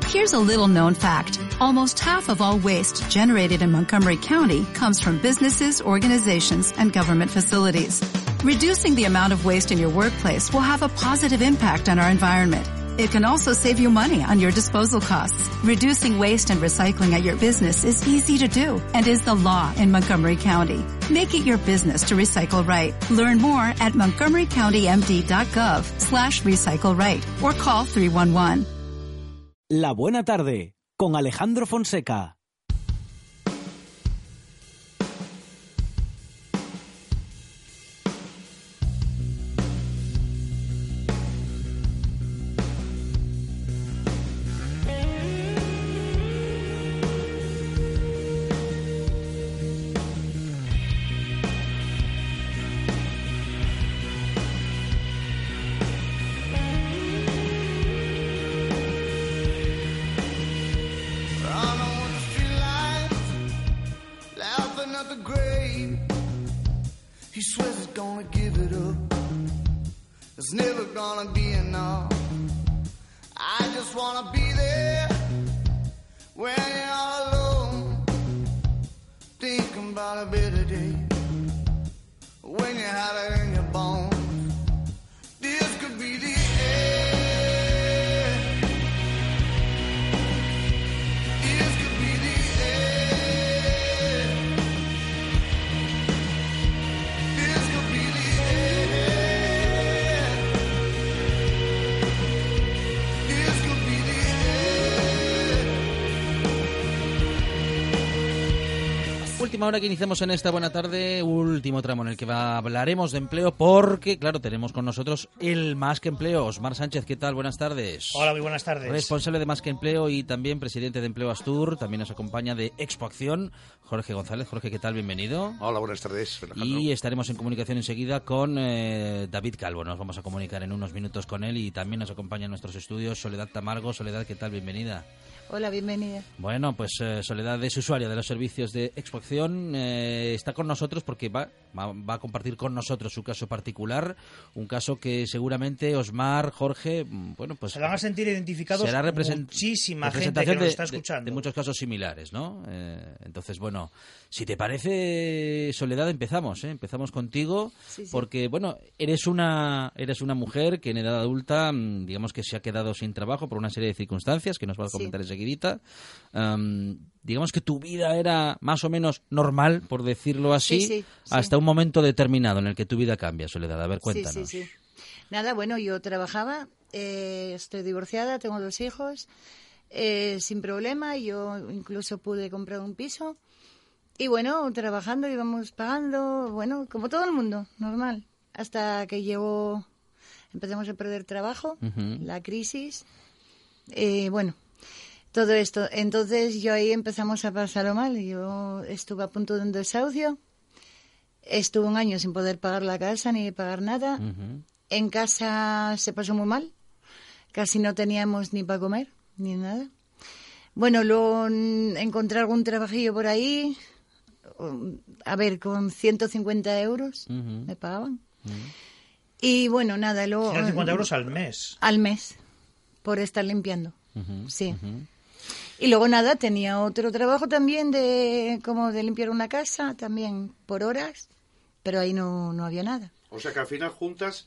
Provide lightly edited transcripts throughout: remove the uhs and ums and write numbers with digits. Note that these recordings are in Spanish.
Here's a little known fact. Almost half of all waste generated in Montgomery County comes from businesses, organizations, and government facilities. Reducing the amount of waste in your workplace will have a positive impact on our environment. It can also save you money on your disposal costs. Reducing waste and recycling at your business is easy to do and is the law in Montgomery County. Make it your business to recycle right. Learn more at montgomerycountymd.gov/recycle right or call 311. La Buena Tarde, con Alejandro Fonseca. It's never gonna be enough. I just wanna be there when you're all alone, thinking about a better day, when you have it in your bones. This could be the end. This could be the end. This could be the end. Última hora que iniciamos en esta buena tarde, último tramo en el que hablaremos de empleo porque, claro, tenemos con nosotros el Más que Empleo. Osmar Sánchez, ¿qué tal? Buenas tardes. Hola, muy buenas tardes. Responsable de Más que Empleo y también presidente de Empleo Astur. También nos acompaña de Expo Acción, Jorge González. Jorge, ¿qué tal? Bienvenido. Hola, buenas tardes, Alejandro. Y estaremos en comunicación enseguida con David Calvo. Nos vamos a comunicar en unos minutos con él y también nos acompaña en nuestros estudios Soledad Tamargo. Soledad, ¿qué tal? Bienvenida. Hola, bienvenida. Bueno, pues Soledad es usuaria de los servicios de Expo Acción. Está con nosotros porque va a compartir con nosotros su caso particular, un caso que seguramente Osmar, Jorge, bueno, pues se van a sentir identificados será muchísima gente que nos está escuchando. De muchos casos similares, ¿no? Entonces, bueno, si te parece, Soledad, empezamos contigo, sí. Porque, bueno, eres una mujer que en edad adulta, digamos que se ha quedado sin trabajo por una serie de circunstancias que nos vas a comentar enseguidita. Digamos que tu vida era más o menos normal, por decirlo así, hasta un momento determinado en el que tu vida cambia, Soledad. A ver, cuéntanos. Sí. Nada, bueno, yo trabajaba, estoy divorciada, tengo 2 hijos, sin problema, yo incluso pude comprar un piso y bueno, trabajando íbamos pagando, bueno, como todo el mundo, normal, hasta que empezamos a perder trabajo, la crisis, bueno, todo esto. Entonces yo ahí empezamos a pasarlo mal. Yo estuve a punto de un desahucio. Estuve 1 año sin poder pagar la casa ni pagar nada. En casa se pasó muy mal. Casi no teníamos ni para comer, ni nada. Bueno, luego encontré algún trabajillo por ahí. A ver, con 150 euros me pagaban. Y bueno, nada, luego... 150 euros al mes. Al mes, por estar limpiando. Sí. Y luego nada, tenía otro trabajo también como de limpiar una casa, también por horas, pero ahí no había nada. O sea que al final juntas,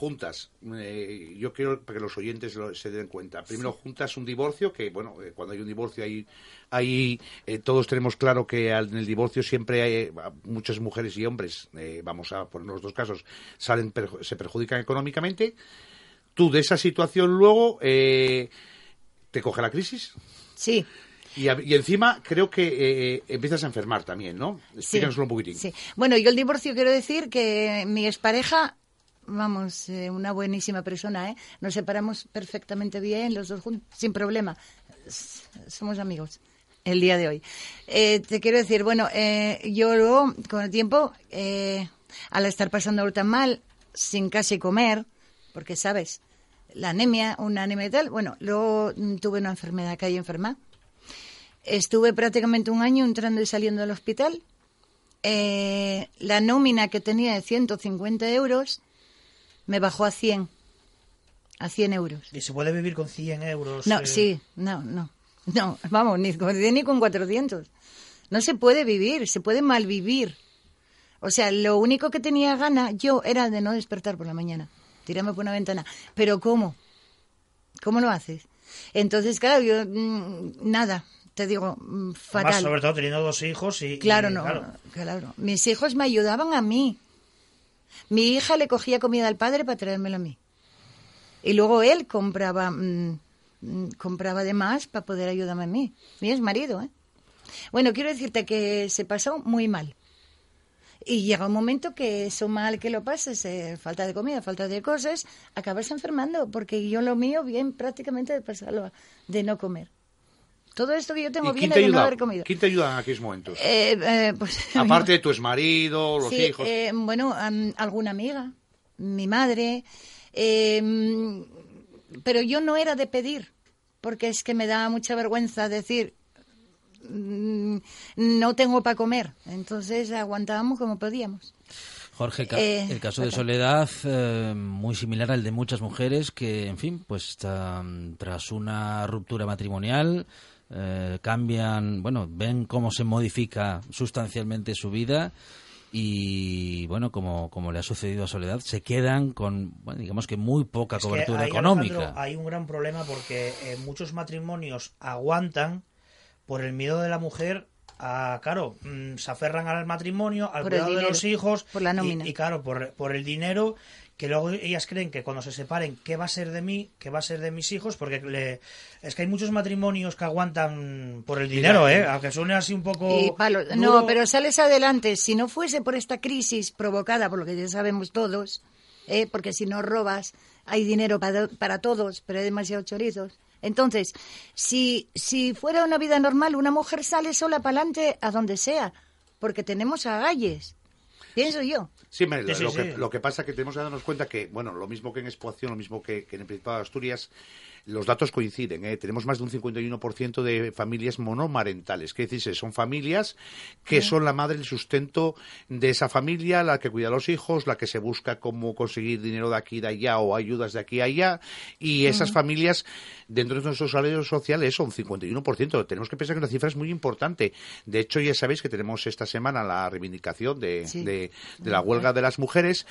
yo quiero que los oyentes se den cuenta. Primero juntas un divorcio, que bueno, cuando hay un divorcio hay todos tenemos claro que en el divorcio siempre hay muchas mujeres y hombres, vamos a poner los 2 casos, se perjudican económicamente. Tú de esa situación luego te coge la crisis. Sí. Y encima creo que empiezas a enfermar también, ¿no? Explícanoslo un poquitín. Sí. Bueno, yo el divorcio quiero decir que mi expareja, vamos, una buenísima persona, ¿eh? Nos separamos perfectamente bien, los 2 juntos, sin problema. Somos amigos el día de hoy. Te quiero decir, bueno, yo luego, con el tiempo, al estar pasándolo tan mal, sin casi comer, porque, ¿sabes?, una anemia y tal. Bueno, luego tuve una enfermedad, caí enferma. Estuve prácticamente 1 año entrando y saliendo del hospital. La nómina que tenía de 150 euros me bajó a 100. a 100 euros. ¿Y se puede vivir con 100 euros? No, sí, no, vamos, ni con 400. No se puede vivir, se puede malvivir. O sea, lo único que tenía gana yo era de no despertar por la mañana, tirarme por una ventana. Pero ¿cómo? ¿Cómo lo haces? Entonces, claro, yo nada, te digo, fatal. Además, sobre todo teniendo 2 hijos y... Claro. Claro. Mis hijos me ayudaban a mí. Mi hija le cogía comida al padre para traérmela a mí. Y luego él compraba de más para poder ayudarme a mí. Mi exmarido, ¿eh? Bueno, quiero decirte que se pasó muy mal. Y llega un momento que eso mal que lo pases, falta de comida, falta de cosas, acabas enfermando, porque yo lo mío bien prácticamente de pasarlo, de no comer. Todo esto que yo tengo viene de no haber comido. ¿Quién te ayuda en aquellos momentos? Pues, aparte de tu exmarido, los hijos. Bueno, alguna amiga, mi madre, pero yo no era de pedir, porque es que me daba mucha vergüenza decir... no tengo para comer, entonces aguantábamos como podíamos. Jorge, el caso de Soledad, muy similar al de muchas mujeres que, en fin, pues tras una ruptura matrimonial cambian, bueno, ven cómo se modifica sustancialmente su vida y, bueno, como le ha sucedido a Soledad, se quedan con, bueno, digamos que muy poca cobertura económica. Alejandro, hay un gran problema porque muchos matrimonios aguantan por el miedo de la mujer se aferran al matrimonio, al cuidado de los hijos, por la nómina. Y claro, por el dinero, que luego ellas creen que cuando se separen, ¿qué va a ser de mí? ¿Qué va a ser de mis hijos? Porque es que hay muchos matrimonios que aguantan por el dinero, aunque suene así un poco duro. No, pero sales adelante. Si no fuese por esta crisis provocada por lo que ya sabemos todos, porque si no robas, hay dinero para todos, pero hay demasiados chorizos. Entonces, si fuera una vida normal, una mujer sale sola para adelante a donde sea, porque tenemos agalles, pienso yo. Sí, lo que pasa es que tenemos que darnos cuenta que, bueno, lo mismo que en Expoación, lo mismo que en el Principado de Asturias, los datos coinciden, tenemos más de un 51% de familias monomarentales, que decirse, son familias que son la madre, el sustento de esa familia, la que cuida a los hijos, la que se busca cómo conseguir dinero de aquí y de allá o ayudas de aquí a allá, y esas familias dentro de nuestros salarios sociales son 51%. Tenemos que pensar que una cifra es muy importante. De hecho, ya sabéis que tenemos esta semana la reivindicación de la huelga de las mujeres,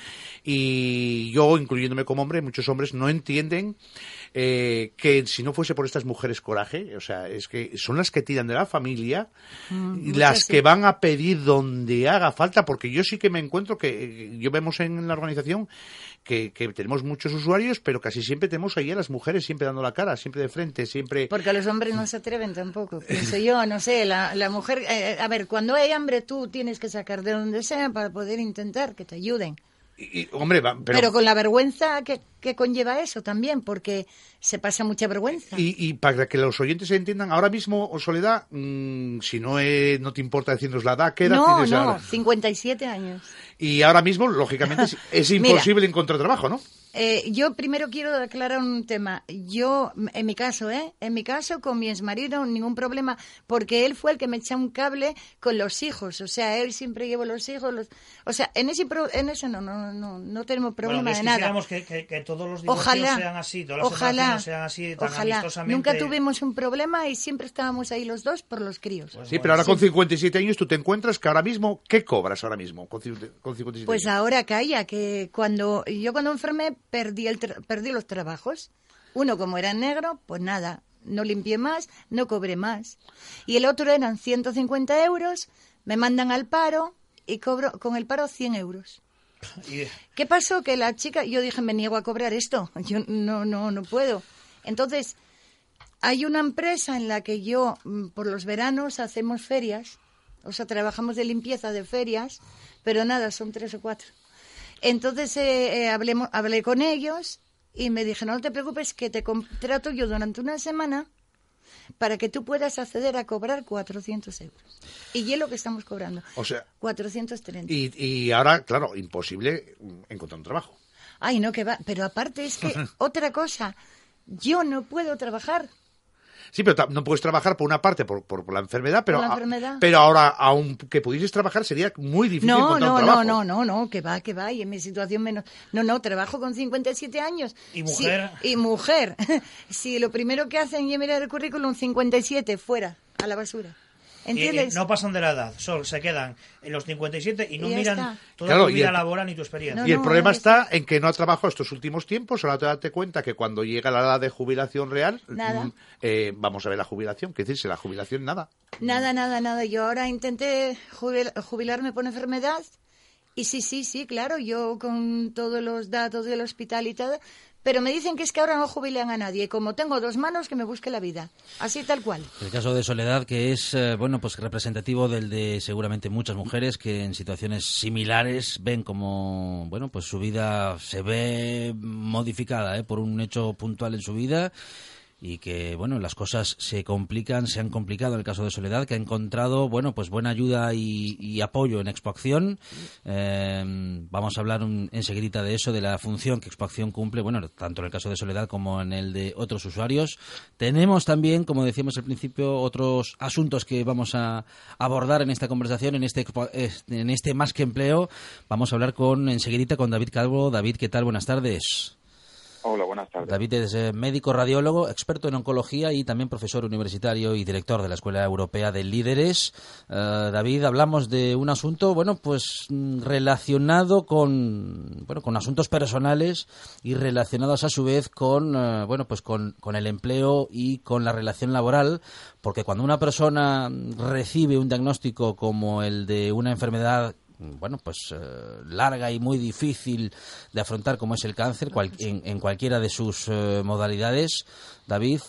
y yo, incluyéndome como hombre, muchos hombres no entienden que si no fuese por estas mujeres coraje, o sea, es que son las que tiran de la familia, las que van a pedir donde haga falta, porque yo sí que me encuentro que yo vemos en la organización que tenemos muchos usuarios, pero casi siempre tenemos ahí a las mujeres siempre dando la cara, siempre de frente, siempre... Porque los hombres no se atreven tampoco, pienso yo, no sé, la mujer... a ver, cuando hay hambre tú tienes que sacar de donde sea para poder intentar que te ayuden. Hombre, pero con la vergüenza que conlleva eso también, porque se pasa mucha vergüenza. Y para que los oyentes se entiendan, ahora mismo, Soledad, si no te importa decirnos la edad, ¿qué edad tienes ahora? 57 años. Y ahora mismo, lógicamente, es imposible encontrar trabajo, ¿no? Yo primero quiero aclarar un tema. Yo, en mi caso, con mi exmarido, ningún problema, porque él fue el que me echó un cable con los hijos. O sea, él siempre llevó los hijos. O sea, en eso no tenemos problema de nada. Quisiéramos que todos los divorcios sean así, todas las separaciones sean así, tan amistosamente. Nunca tuvimos un problema y siempre estábamos ahí los dos por los críos. Pues sí, pero ahora con 57 años tú te encuentras que ahora mismo, ¿qué cobras ahora mismo con 57 pues años? Ahora calla, que cuando enfermé perdí los trabajos. Uno, como era negro, pues nada, no limpié más, no cobré más. Y el otro eran 150 euros, me mandan al paro y cobro con el paro 100 euros. ¿Qué pasó? Que la chica, yo dije, me niego a cobrar esto, yo no puedo. Entonces, hay una empresa en la que yo, por los veranos, hacemos ferias, o sea, trabajamos de limpieza de ferias, pero nada, son 3 o 4. Entonces hablé con ellos y me dije, no te preocupes, que te contrato yo durante una semana para que tú puedas acceder a cobrar 400 euros. Y es lo que estamos cobrando. O sea, 430. Y ahora, claro, imposible encontrar un trabajo. Ay, no, que va. Pero aparte es que, otra cosa, yo no puedo trabajar. Sí, pero no puedes trabajar por una parte por la enfermedad, pero, pero ahora, aunque pudieses trabajar, sería muy difícil encontrar un trabajo. No, que va, y en mi situación menos. No, trabajo con 57 años. ¿Y mujer? Sí, y mujer. Si lo primero que hacen es mirar el currículum, 57, fuera, a la basura. ¿Entiendes? Y no pasan de la edad, solo se quedan en los 57 y no miran toda claro, tu vida laboral ni tu experiencia. Y el problema está en que no ha trabajado estos últimos tiempos, ahora te date cuenta que cuando llega la edad de jubilación real, vamos a ver la jubilación, ¿qué decirse? La jubilación nada. Nada. Yo ahora intenté jubilarme por enfermedad y sí, claro, yo con todos los datos del hospital y todo... Pero me dicen que es que ahora no jubilan a nadie. Y como tengo 2 manos, que me busque la vida. Así tal cual. El caso de Soledad, que es pues representativo del de seguramente muchas mujeres que en situaciones similares ven como pues su vida se ve modificada por un hecho puntual en su vida. Y que, las cosas se han complicado en el caso de Soledad, que ha encontrado, pues buena ayuda y apoyo en Expoacción. Vamos a hablar enseguidita de eso, de la función que Expoacción cumple, tanto en el caso de Soledad como en el de otros usuarios. Tenemos también, como decíamos al principio, otros asuntos que vamos a abordar en esta conversación, en este Más que Empleo. Vamos a hablar enseguidita con David Calvo. David, ¿qué tal? Buenas tardes. Hola, buenas tardes. David es médico radiólogo, experto en oncología y también profesor universitario y director de la Escuela Europea de Líderes. David, hablamos de un asunto, relacionado con asuntos personales y relacionados a su vez con el empleo y con la relación laboral, porque cuando una persona recibe un diagnóstico como el de una enfermedad larga y muy difícil de afrontar, como es el cáncer, en cualquiera de sus modalidades, David,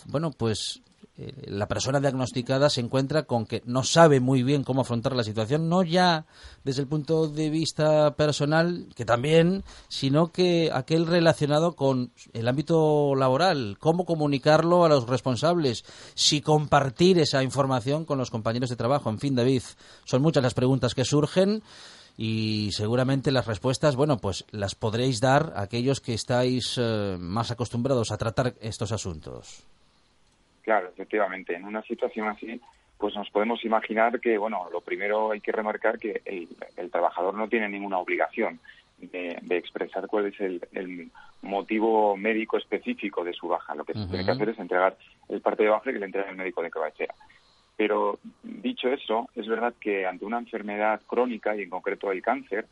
la persona diagnosticada se encuentra con que no sabe muy bien cómo afrontar la situación, no ya desde el punto de vista personal, que también, sino que aquel relacionado con el ámbito laboral, cómo comunicarlo a los responsables, si compartir esa información con los compañeros de trabajo. En fin, David, son muchas las preguntas que surgen. Y seguramente las respuestas, las podréis dar a aquellos que estáis más acostumbrados a tratar estos asuntos. Claro, efectivamente. En una situación así, pues nos podemos imaginar que, lo primero hay que remarcar que el trabajador no tiene ninguna obligación de expresar cuál es el motivo médico específico de su baja. Lo que se tiene que hacer es entregar el parte de baja que le entrega el médico de cabecera. Pero, dicho eso, es verdad que ante una enfermedad crónica, y en concreto el cáncer,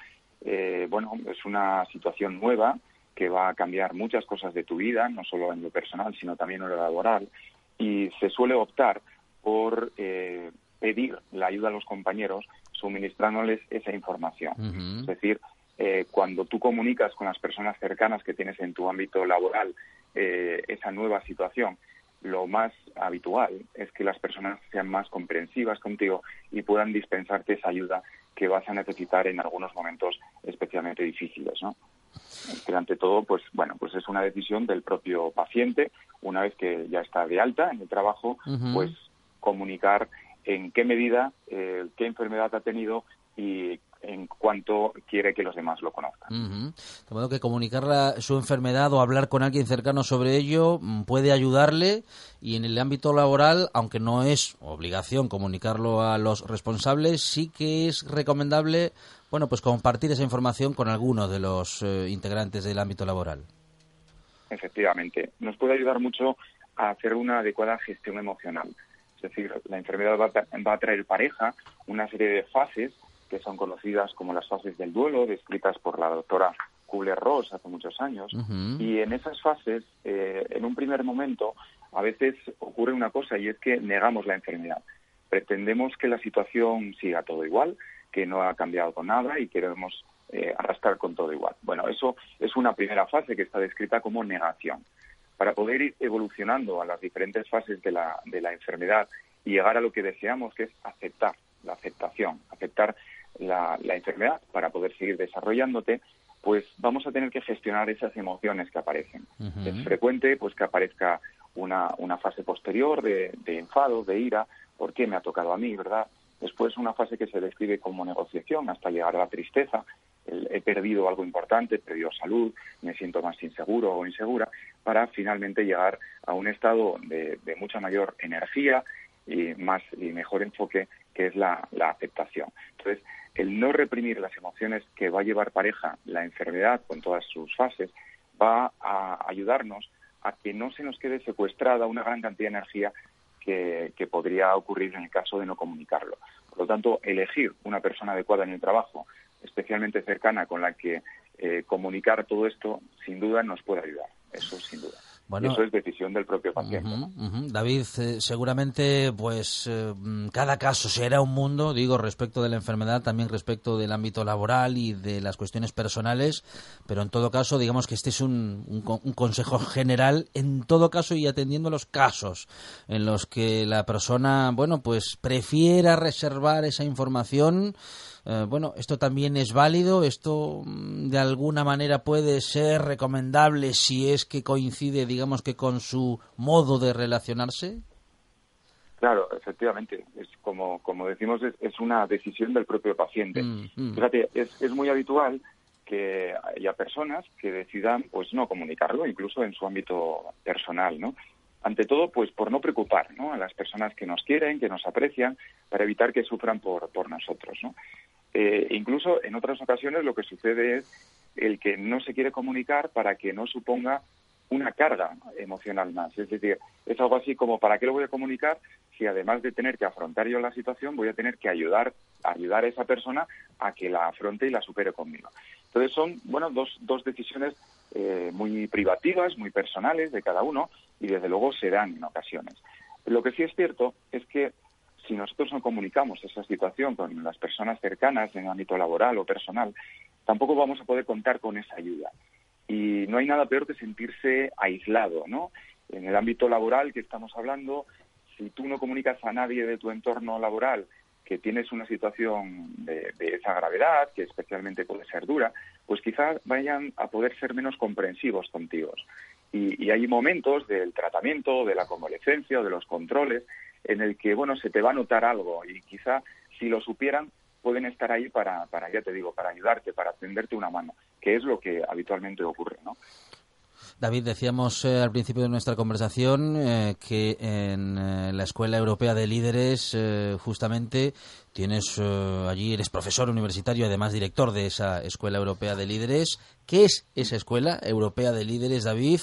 es una situación nueva que va a cambiar muchas cosas de tu vida, no solo en lo personal, sino también en lo laboral, y se suele optar por pedir la ayuda a los compañeros suministrándoles esa información. Es decir, cuando tú comunicas con las personas cercanas que tienes en tu ámbito laboral esa nueva situación, lo más habitual es que las personas sean más comprensivas contigo y puedan dispensarte esa ayuda que vas a necesitar en algunos momentos especialmente difíciles, ¿no? Que ante todo, pues es una decisión del propio paciente, una vez que ya está de alta en el trabajo, pues comunicar en qué medida, qué enfermedad ha tenido y en cuanto quiere que los demás lo conozcan. De modo que comunicar su enfermedad o hablar con alguien cercano sobre ello puede ayudarle, y en el ámbito laboral, aunque no es obligación comunicarlo a los responsables, sí que es recomendable compartir esa información con alguno de los integrantes del ámbito laboral. Efectivamente. Nos puede ayudar mucho a hacer una adecuada gestión emocional. Es decir, la enfermedad va a traer pareja una serie de fases que son conocidas como las fases del duelo, descritas por la doctora Kubler-Ross hace muchos años. Y en esas fases, en un primer momento, a veces ocurre una cosa, y es que negamos la enfermedad. Pretendemos que la situación siga todo igual, que no ha cambiado con nada y queremos arrastrar con todo igual. Eso es una primera fase que está descrita como negación. Para poder ir evolucionando a las diferentes fases de la enfermedad y llegar a lo que deseamos, que es aceptar, la aceptación, aceptar la enfermedad para poder seguir desarrollándote, pues vamos a tener que gestionar esas emociones que aparecen. Es frecuente que aparezca una fase posterior de enfado, de ira, ¿por qué me ha tocado a mí, verdad? Después una fase que se describe como negociación hasta llegar a la tristeza, he perdido algo importante, he perdido salud, me siento más inseguro o insegura, para finalmente llegar a un estado de mucha mayor energía y mejor enfoque, que es la aceptación. Entonces, el no reprimir las emociones que va a llevar pareja la enfermedad con todas sus fases va a ayudarnos a que no se nos quede secuestrada una gran cantidad de energía que podría ocurrir en el caso de no comunicarlo. Por lo tanto, elegir una persona adecuada en el trabajo, especialmente cercana, con la que comunicar todo esto, sin duda nos puede ayudar. Eso sin duda. Bueno, y eso es decisión del propio paciente. David, seguramente pues cada caso será un mundo, digo, respecto de la enfermedad, también respecto del ámbito laboral y de las cuestiones personales, pero en todo caso, digamos que este es un consejo general, en todo caso, y atendiendo los casos en los que la persona, bueno, pues prefiera reservar esa información. Bueno, esto también es válido, esto de alguna manera puede ser recomendable si es que coincide, digamos, que con su modo de relacionarse. Claro, efectivamente, es como decimos, es una decisión del propio paciente. Fíjate, es muy habitual que haya personas que decidan pues no comunicarlo, incluso en su ámbito personal, ¿no? Ante todo, pues por no preocupar, ¿no?, a las personas que nos quieren, que nos aprecian, para evitar que sufran por nosotros, ¿no? Incluso en otras ocasiones lo que sucede es el que no se quiere comunicar para que no suponga una carga emocional más. Es decir, es algo así como, ¿para qué lo voy a comunicar si además de tener que afrontar yo la situación voy a tener que ayudar a esa persona a que la afronte y la supere conmigo? Entonces son, bueno, dos decisiones muy privativas, muy personales de cada uno, y desde luego se dan en ocasiones. Lo que sí es cierto es que si nosotros no comunicamos esa situación con las personas cercanas en el ámbito laboral o personal, tampoco vamos a poder contar con esa ayuda. Y no hay nada peor que sentirse aislado, ¿no? En el ámbito laboral que estamos hablando, si tú no comunicas a nadie de tu entorno laboral que tienes una situación de esa gravedad, que especialmente puede ser dura, pues quizás vayan a poder ser menos comprensivos contigo. Y hay momentos del tratamiento, de la convalecencia o de los controles en el que, bueno, se te va a notar algo, y quizá si lo supieran pueden estar ahí para ya te digo, para ayudarte, para tenderte una mano, que es lo que habitualmente ocurre, ¿no? David, decíamos al principio de nuestra conversación que en la Escuela Europea de Líderes justamente tienes allí, eres profesor universitario, además director de esa Escuela Europea de Líderes. ¿Qué es esa Escuela Europea de Líderes, David?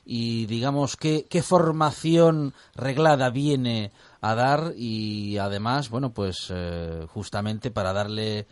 Y digamos, ¿qué formación reglada viene a dar? Y además, bueno, pues justamente para darle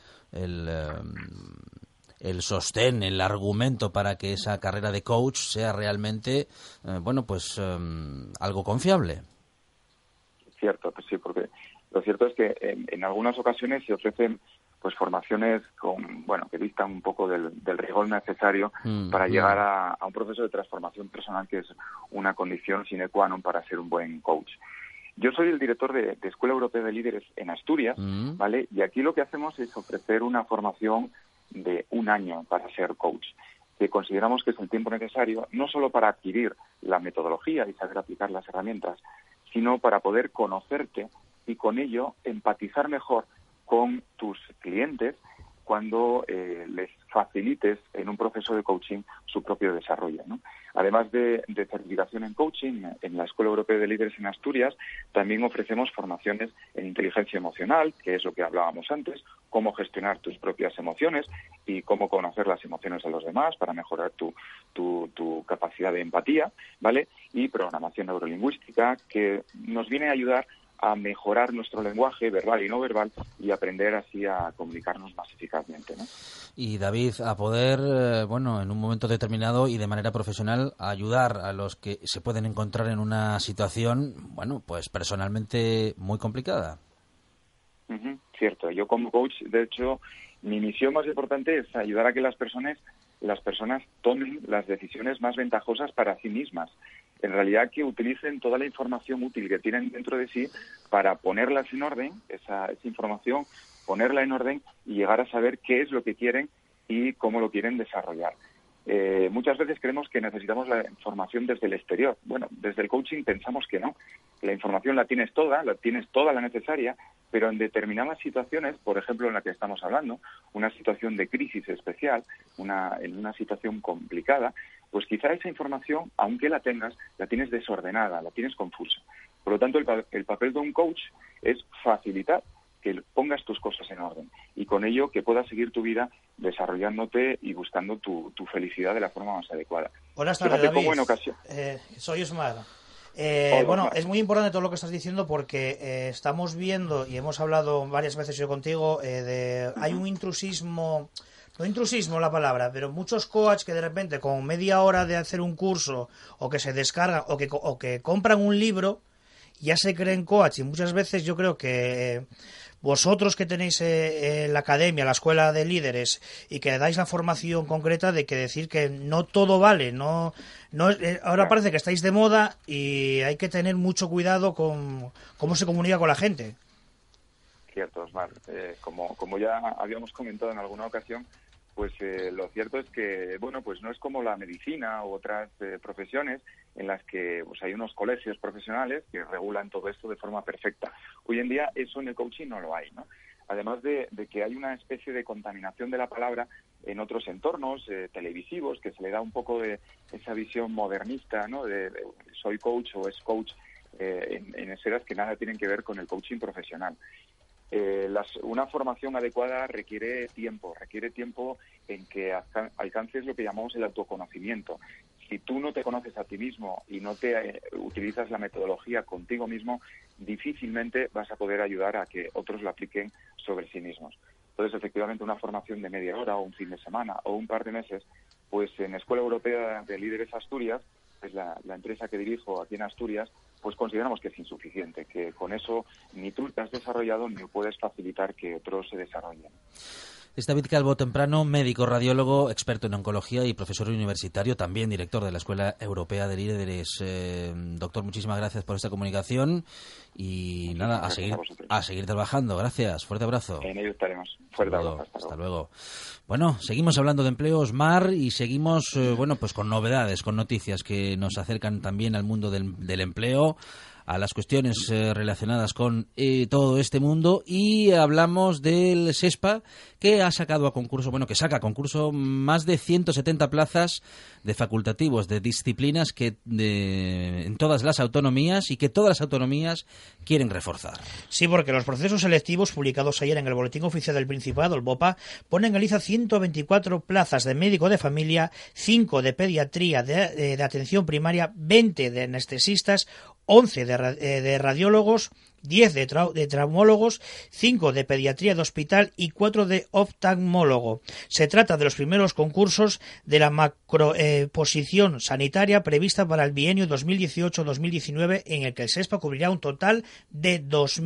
el sostén, el argumento para que esa carrera de coach sea realmente, bueno, pues algo confiable. Cierto, pues sí, porque lo cierto es que en algunas ocasiones se ofrecen pues formaciones que distan un poco del rigor necesario para llegar a un proceso de transformación personal, que es una condición sine qua non para ser un buen coach. Yo soy el director de Escuela Europea de Líderes en Asturias, ¿vale? Y aquí lo que hacemos es ofrecer una formación de 1 año para ser coach, que consideramos que es el tiempo necesario no solo para adquirir la metodología y saber aplicar las herramientas, sino para poder conocerte y con ello empatizar mejor con tus clientes cuando les facilites en un proceso de coaching su propio desarrollo, ¿no? Además de certificación en coaching, en la Escuela Europea de Líderes en Asturias también ofrecemos formaciones en inteligencia emocional, que es lo que hablábamos antes, cómo gestionar tus propias emociones y cómo conocer las emociones de los demás para mejorar tu capacidad de empatía, ¿vale? Y programación neurolingüística, que nos viene a ayudar a mejorar nuestro lenguaje verbal y no verbal y aprender así a comunicarnos más eficazmente, ¿no? Y David, a poder, en un momento determinado y de manera profesional, ayudar a los que se pueden encontrar en una situación, pues personalmente muy complicada. Cierto. Yo como coach, de hecho, mi misión más importante es ayudar a que las personas tomen las decisiones más ventajosas para sí mismas. En realidad, que utilicen toda la información útil que tienen dentro de sí para ponerlas en orden, esa información, ponerla en orden y llegar a saber qué es lo que quieren y cómo lo quieren desarrollar. Muchas veces creemos que necesitamos la información desde el exterior. Bueno, desde el coaching pensamos que no. La información la tienes toda la necesaria, pero en determinadas situaciones, por ejemplo en la que estamos hablando, una situación de crisis especial, en una situación complicada, pues quizá esa información, aunque la tengas, la tienes desordenada, la tienes confusa. Por lo tanto, el papel de un coach es facilitar que pongas tus cosas en orden y con ello que puedas seguir tu vida desarrollándote y buscando tu felicidad de la forma más adecuada. Buenas tardes, David. Como en ocasión... soy Osmar. Osmar. Es muy importante todo lo que estás diciendo porque estamos viendo, y hemos hablado varias veces yo contigo, hay un intrusismo... No intrusismo la palabra, pero muchos coaches que de repente con media hora de hacer un curso o que se descargan o que compran un libro ya se creen coach, y muchas veces yo creo que vosotros que tenéis la academia, la escuela de líderes y que dais la formación concreta de que decir que no todo vale, ahora parece que estáis de moda y hay que tener mucho cuidado con cómo se comunica con la gente. Cierto, Osmar. Como ya habíamos comentado en alguna ocasión, pues lo cierto es que, bueno, pues no es como la medicina u otras profesiones en las que pues hay unos colegios profesionales que regulan todo esto de forma perfecta. Hoy en día eso en el coaching no lo hay, ¿no? Además de que hay una especie de contaminación de la palabra en otros entornos televisivos, que se le da un poco de esa visión modernista, ¿no? De soy coach o es coach en esferas que nada tienen que ver con el coaching profesional. Una formación adecuada requiere tiempo en que alcances lo que llamamos el autoconocimiento. Si tú no te conoces a ti mismo y no te utilizas la metodología contigo mismo, difícilmente vas a poder ayudar a que otros lo apliquen sobre sí mismos. Entonces, efectivamente, una formación de media hora o un fin de semana o un par de meses, pues en Escuela Europea de Líderes Asturias, es la empresa que dirijo aquí en Asturias, pues consideramos que es insuficiente, que con eso ni tú te has desarrollado ni puedes facilitar que otros se desarrollen. Es David Calvo Temprano, médico radiólogo, experto en oncología y profesor universitario, también director de la Escuela Europea de Líderes. Doctor, muchísimas gracias por esta comunicación y nada, a seguir trabajando. Gracias, fuerte abrazo. En ello estaremos. Fuerte abrazo. Hasta luego. Bueno, seguimos hablando de empleo, Osmar, y seguimos pues con novedades, con noticias que nos acercan también al mundo del empleo, a las cuestiones relacionadas con todo este mundo, y hablamos del SESPA, que ha sacado a concurso, que saca a concurso más de 170 plazas de facultativos de disciplinas en todas las autonomías y que todas las autonomías quieren reforzar. Sí, porque los procesos selectivos publicados ayer en el Boletín Oficial del Principado, el BOPA, ponen en liza 124 plazas de médico de familia, 5 de pediatría de atención primaria, 20 de anestesistas, 11 de radiólogos, 10 de traumólogos, 5 de pediatría de hospital y 4 de oftalmólogo. Se trata de los primeros concursos de la macroposición sanitaria prevista para el bienio 2018-2019, en el que el SESPA cubrirá un total de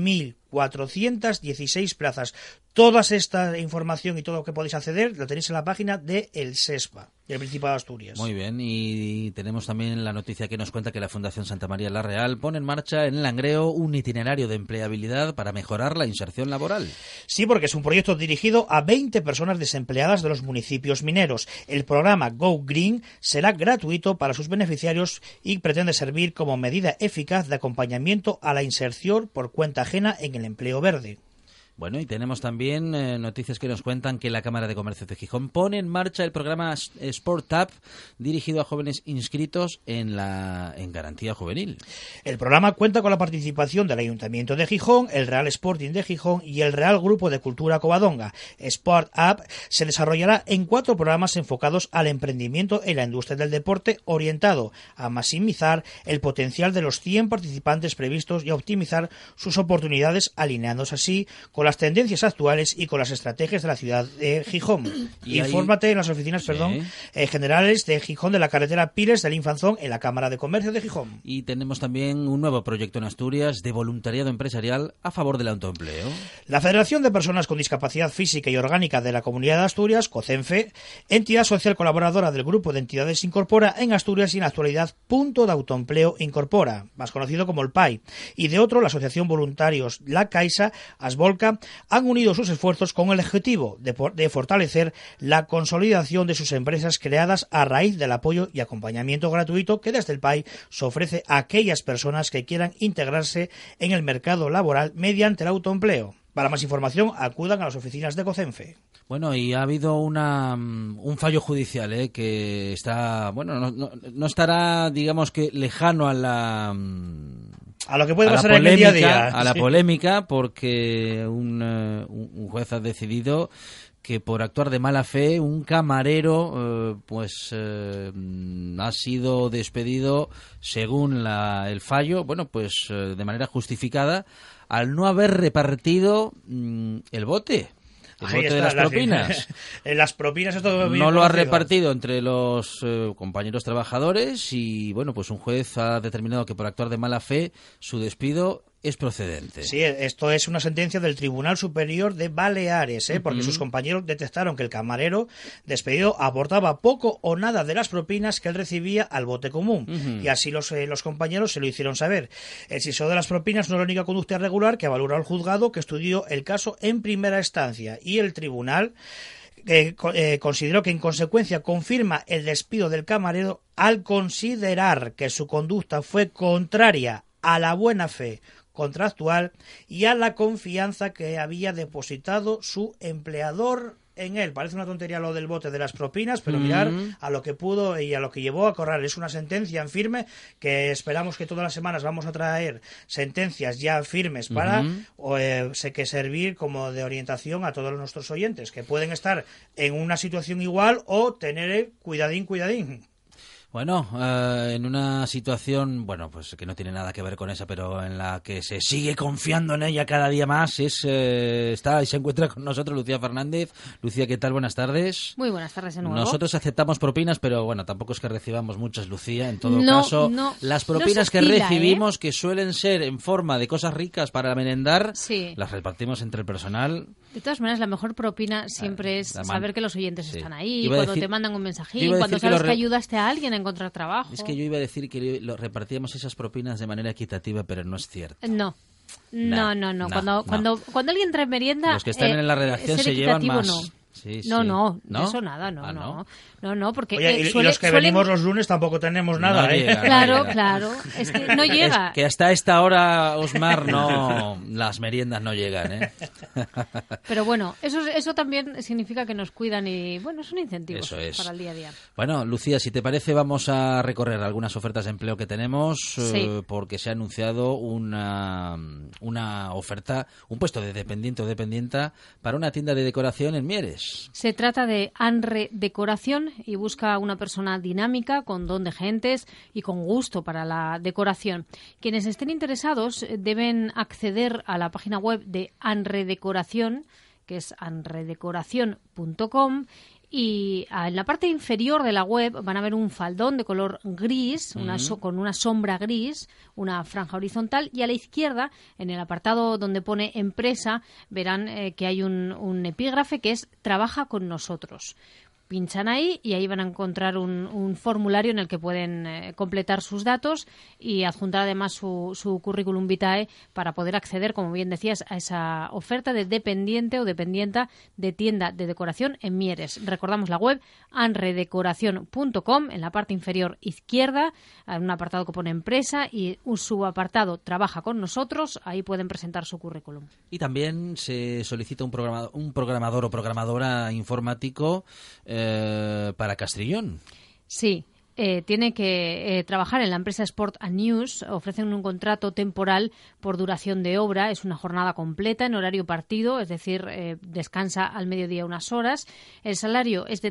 2.416 plazas. Toda esta información y todo lo que podéis acceder lo tenéis en la página de el SESPA, del Principado de Asturias. Muy bien, y tenemos también la noticia que nos cuenta que la Fundación Santa María la Real pone en marcha en Langreo un itinerario de empleabilidad para mejorar la inserción laboral. Sí, porque es un proyecto dirigido a 20 personas desempleadas de los municipios mineros. El programa Go Green será gratuito para sus beneficiarios y pretende servir como medida eficaz de acompañamiento a la inserción por cuenta ajena en el empleo verde. Bueno, y tenemos también noticias que nos cuentan que la Cámara de Comercio de Gijón pone en marcha el programa Sport Up, dirigido a jóvenes inscritos en Garantía Juvenil. El programa cuenta con la participación del Ayuntamiento de Gijón, el Real Sporting de Gijón y el Real Grupo de Cultura Covadonga. Sport Up se desarrollará en 4 programas enfocados al emprendimiento en la industria del deporte, orientado a maximizar el potencial de los 100 participantes previstos y a optimizar sus oportunidades, alineándose así con las tendencias actuales y con las estrategias de la ciudad de Gijón. Infórmate en las oficinas generales de Gijón de la carretera Pires del Infanzón en la Cámara de Comercio de Gijón. Y tenemos también un nuevo proyecto en Asturias de voluntariado empresarial a favor del autoempleo. La Federación de Personas con Discapacidad Física y Orgánica de la Comunidad de Asturias, COCENFE, entidad social colaboradora del Grupo de Entidades Incorpora en Asturias y en la actualidad Punto de Autoempleo Incorpora, más conocido como el PAI, y de otro la Asociación Voluntarios La Caixa, Asvolcam empresa han unido sus esfuerzos con el objetivo de fortalecer la consolidación de sus empresas creadas a raíz del apoyo y acompañamiento gratuito que desde el PAI se ofrece a aquellas personas que quieran integrarse en el mercado laboral mediante el autoempleo. Para más información, acudan a las oficinas de COCENFE. Bueno, y ha habido un fallo judicial que está, bueno, no estará, digamos que lejano a lo que puede pasar en el día a día. A la polémica, porque un juez ha decidido que por actuar de mala fe un camarero ha sido despedido según el fallo, de manera justificada, al no haber repartido el bote. El bote de las propinas. Las propinas es todo bien no lo ha conocido. repartido entre los compañeros trabajadores y, un juez ha determinado que por actuar de mala fe su despido es procedente. Sí, esto es una sentencia del Tribunal Superior de Baleares, porque sus compañeros detectaron que el camarero despedido aportaba poco o nada de las propinas que él recibía al bote común. Y así los compañeros se lo hicieron saber. El siso de las propinas no es la única conducta irregular que valoró el juzgado que estudió el caso en primera instancia. Y el tribunal consideró que en consecuencia confirma el despido del camarero al considerar que su conducta fue contraria a la buena fe contractual y a la confianza que había depositado su empleador en él. Parece una tontería lo del bote de las propinas, pero mirar a lo que pudo y a lo que llevó a correr. Es una sentencia en firme que esperamos que todas las semanas vamos a traer sentencias ya firmes para que servir como de orientación a todos nuestros oyentes que pueden estar en una situación igual o tener cuidadín. Bueno, en una situación, que no tiene nada que ver con esa, pero en la que se sigue confiando en ella cada día más, está y se encuentra con nosotros Lucía Fernández. Lucía, ¿qué tal? Buenas tardes. Muy buenas tardes de nuevo. Nosotros aceptamos propinas, pero tampoco es que recibamos muchas, Lucía. En todo caso, las propinas que recibimos, que suelen ser en forma de cosas ricas para merendar, las repartimos entre el personal. De todas maneras, la mejor propina siempre es saber que los oyentes están ahí, cuando te mandan un mensajín, cuando sabes que ayudaste a alguien a encontrar trabajo. Es que yo iba a decir que repartíamos esas propinas de manera equitativa, pero no es cierto. No. Cuando alguien trae merienda, los que están en la redacción se llevan más. No, eso nada, no, porque oye, y los que venimos los lunes tampoco tenemos nada, Claro, es que no llega. Es que hasta esta hora, Osmar, las meriendas no llegan, Pero bueno, eso también significa que nos cuidan y, son incentivos para el día a día. Bueno, Lucía, si te parece, vamos a recorrer algunas ofertas de empleo que tenemos, porque se ha anunciado una oferta, un puesto de dependiente o dependienta para una tienda de decoración en Mieres. Se trata de Anre Decoración y busca una persona dinámica, con don de gentes y con gusto para la decoración. Quienes estén interesados deben acceder a la página web de Anre Decoración, que es anredecoracion.com, y en la parte inferior de la web van a ver un faldón de color gris, con una sombra gris, una franja horizontal, y a la izquierda, en el apartado donde pone empresa, verán que hay un epígrafe que es "Trabaja con nosotros". Pinchan ahí y ahí van a encontrar un formulario en el que pueden completar sus datos y adjuntar además su currículum vitae para poder acceder, como bien decías, a esa oferta de dependiente o dependienta de tienda de decoración en Mieres. Recordamos la web anredecoracion.com, en la parte inferior izquierda, en un apartado que pone empresa y un subapartado "Trabaja con nosotros", ahí pueden presentar su currículum. Y también se solicita un programador o programadora informático para Castrillón. Sí. Tiene que trabajar en la empresa Sport and News. Ofrecen un contrato temporal por duración de obra. Es una jornada completa en horario partido, es decir, descansa al mediodía unas horas. El salario es de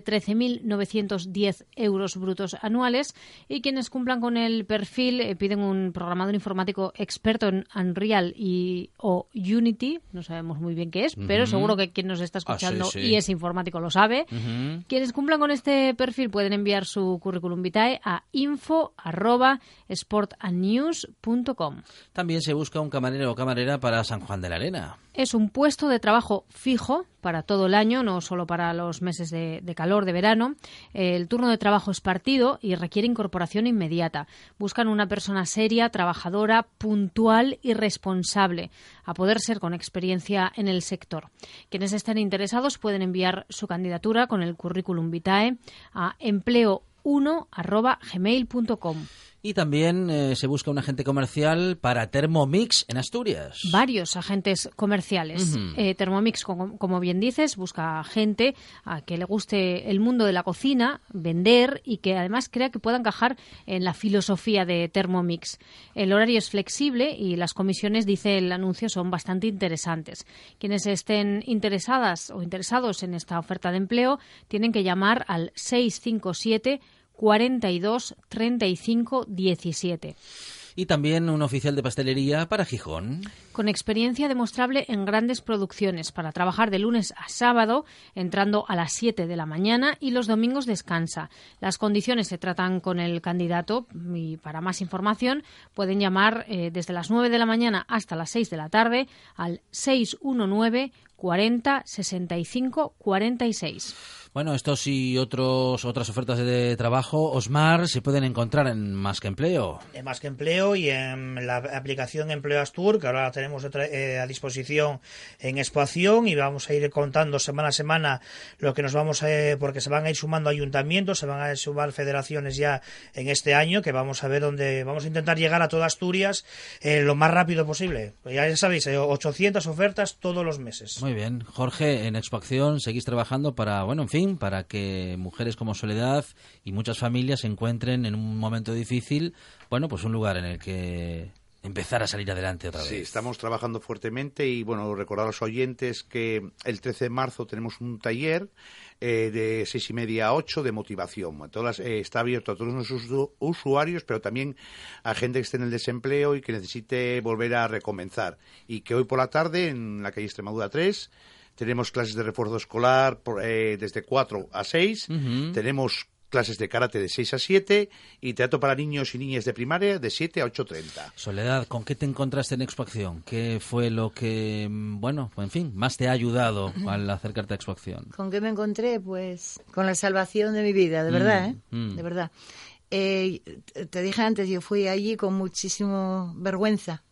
13.910 euros brutos anuales y quienes cumplan con el perfil piden un programador informático experto en Unreal o Unity. No sabemos muy bien qué es, pero seguro que quien nos está escuchando y es informático lo sabe. Quienes cumplan con este perfil pueden enviar su currículum vitae vitae a info@sportandnews.com. También se busca un camarero o camarera para San Juan de la Arena. Es un puesto de trabajo fijo para todo el año, no solo para los meses de calor, de verano. El turno de trabajo es partido y requiere incorporación inmediata. Buscan una persona seria, trabajadora, puntual y responsable, a poder ser con experiencia en el sector. Quienes estén interesados pueden enviar su candidatura con el currículum vitae a empleo1@gmail.com. Y también se busca un agente comercial para Thermomix en Asturias. Varios agentes comerciales. Thermomix, como bien dices, busca gente a que le guste el mundo de la cocina, vender y que además crea que pueda encajar en la filosofía de Thermomix. El horario es flexible y las comisiones, dice el anuncio, son bastante interesantes. Quienes estén interesadas o interesados en esta oferta de empleo tienen que llamar al 657 42 35 17. Y también un oficial de pastelería para Gijón. Con experiencia demostrable en grandes producciones, para trabajar de lunes a sábado, entrando a las 7 de la mañana y los domingos descansa. Las condiciones se tratan con el candidato y para más información pueden llamar desde las 9 de la mañana hasta las 6 de la tarde al 619 40 65 46. Bueno, estos y otras ofertas de trabajo, Osmar, se pueden encontrar en Más que Empleo. En Más que Empleo y en la aplicación Empleo Astur, que ahora la tenemos a disposición en Expoacción, y vamos a ir contando semana a semana lo que nos vamos a... porque se van a ir sumando ayuntamientos, se van a sumar federaciones ya en este año, que vamos a ver dónde vamos a intentar llegar a toda Asturias lo más rápido posible. Ya sabéis, 800 ofertas todos los meses. Muy bien. Jorge, en Expoacción seguís trabajando para, bueno, en fin, para que mujeres como Soledad y muchas familias se encuentren en un momento difícil, bueno, pues un lugar en el que empezar a salir adelante otra vez. Sí, estamos trabajando fuertemente y, bueno, recordar a los oyentes que el 13 de marzo tenemos un taller de 6:30 a 8 de motivación. Está abierto a todos nuestros usuarios, pero también a gente que esté en el desempleo y que necesite volver a recomenzar. Y que hoy por la tarde, en la calle Extremadura 3, tenemos clases de refuerzo escolar desde 4 a 6, tenemos clases de karate de 6 a 7 y teatro para niños y niñas de primaria de 7 a 8:30. Soledad, ¿con qué te encontraste en Expoacción? ¿Qué fue lo que, bueno, en fin, más te ha ayudado al acercarte a Expoacción? ¿Con qué me encontré? Pues con la salvación de mi vida, de verdad, ¿eh? De verdad. Te dije antes, yo fui allí con muchísimo vergüenza.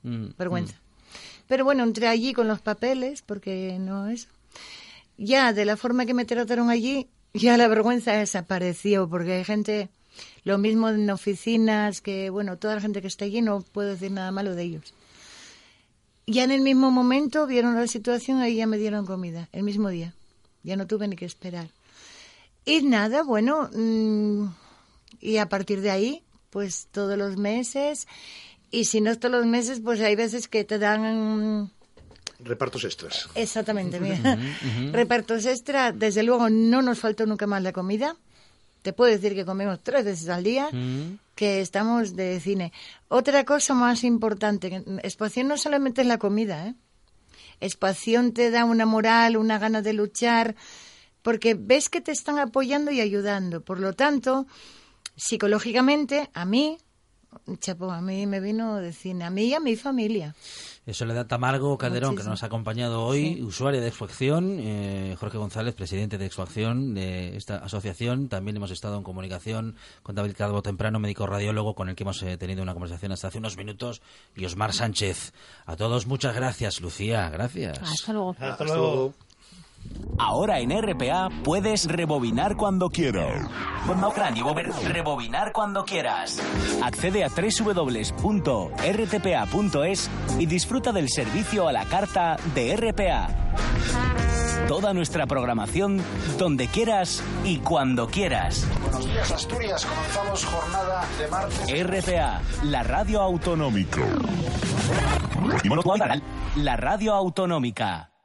Pero bueno, entré allí con los papeles, porque no eso. Ya, de la forma que me trataron allí, ya la vergüenza desapareció, porque hay gente, lo mismo en oficinas, que bueno, toda la gente que está allí, no puedo decir nada malo de ellos. Ya en el mismo momento vieron la situación, ahí ya me dieron comida, el mismo día. Ya no tuve ni que esperar. Y nada, bueno, y a partir de ahí, pues todos los meses... Y si no es todos los meses, pues hay veces que te dan... Repartos extras. Exactamente, mira. Repartos extras. Desde luego no nos faltó nunca más la comida. Te puedo decir que comemos 3 veces al día, que estamos de cine. Otra cosa más importante, Expoacción no solamente es la comida, ¿eh? Expoacción te da una moral, una gana de luchar, porque ves que te están apoyando y ayudando. Por lo tanto, psicológicamente, a mí... Chapo, a mí me vino de cine, a mí y a mi familia. Soledad Tamargo Calderón, Muchísimo. que nos ha acompañado hoy, Sí. usuaria de Expoacción, Jorge González, presidente de Expoacción, de esta asociación. También hemos estado en comunicación con David Calvo Temprano, médico radiólogo, con el que hemos tenido una conversación hasta hace unos minutos, y Osmar Sánchez. A todos, muchas gracias, Lucía, gracias. Hasta luego. Hasta luego. Ahora en RPA puedes rebobinar cuando quieras. Rebobinar cuando quieras. Accede a www.rtpa.es y disfruta del servicio a la carta de RPA. Toda nuestra programación donde quieras y cuando quieras. Buenos días, Asturias. Comenzamos jornada de martes. RPA, la radio autonómica. La radio autonómica.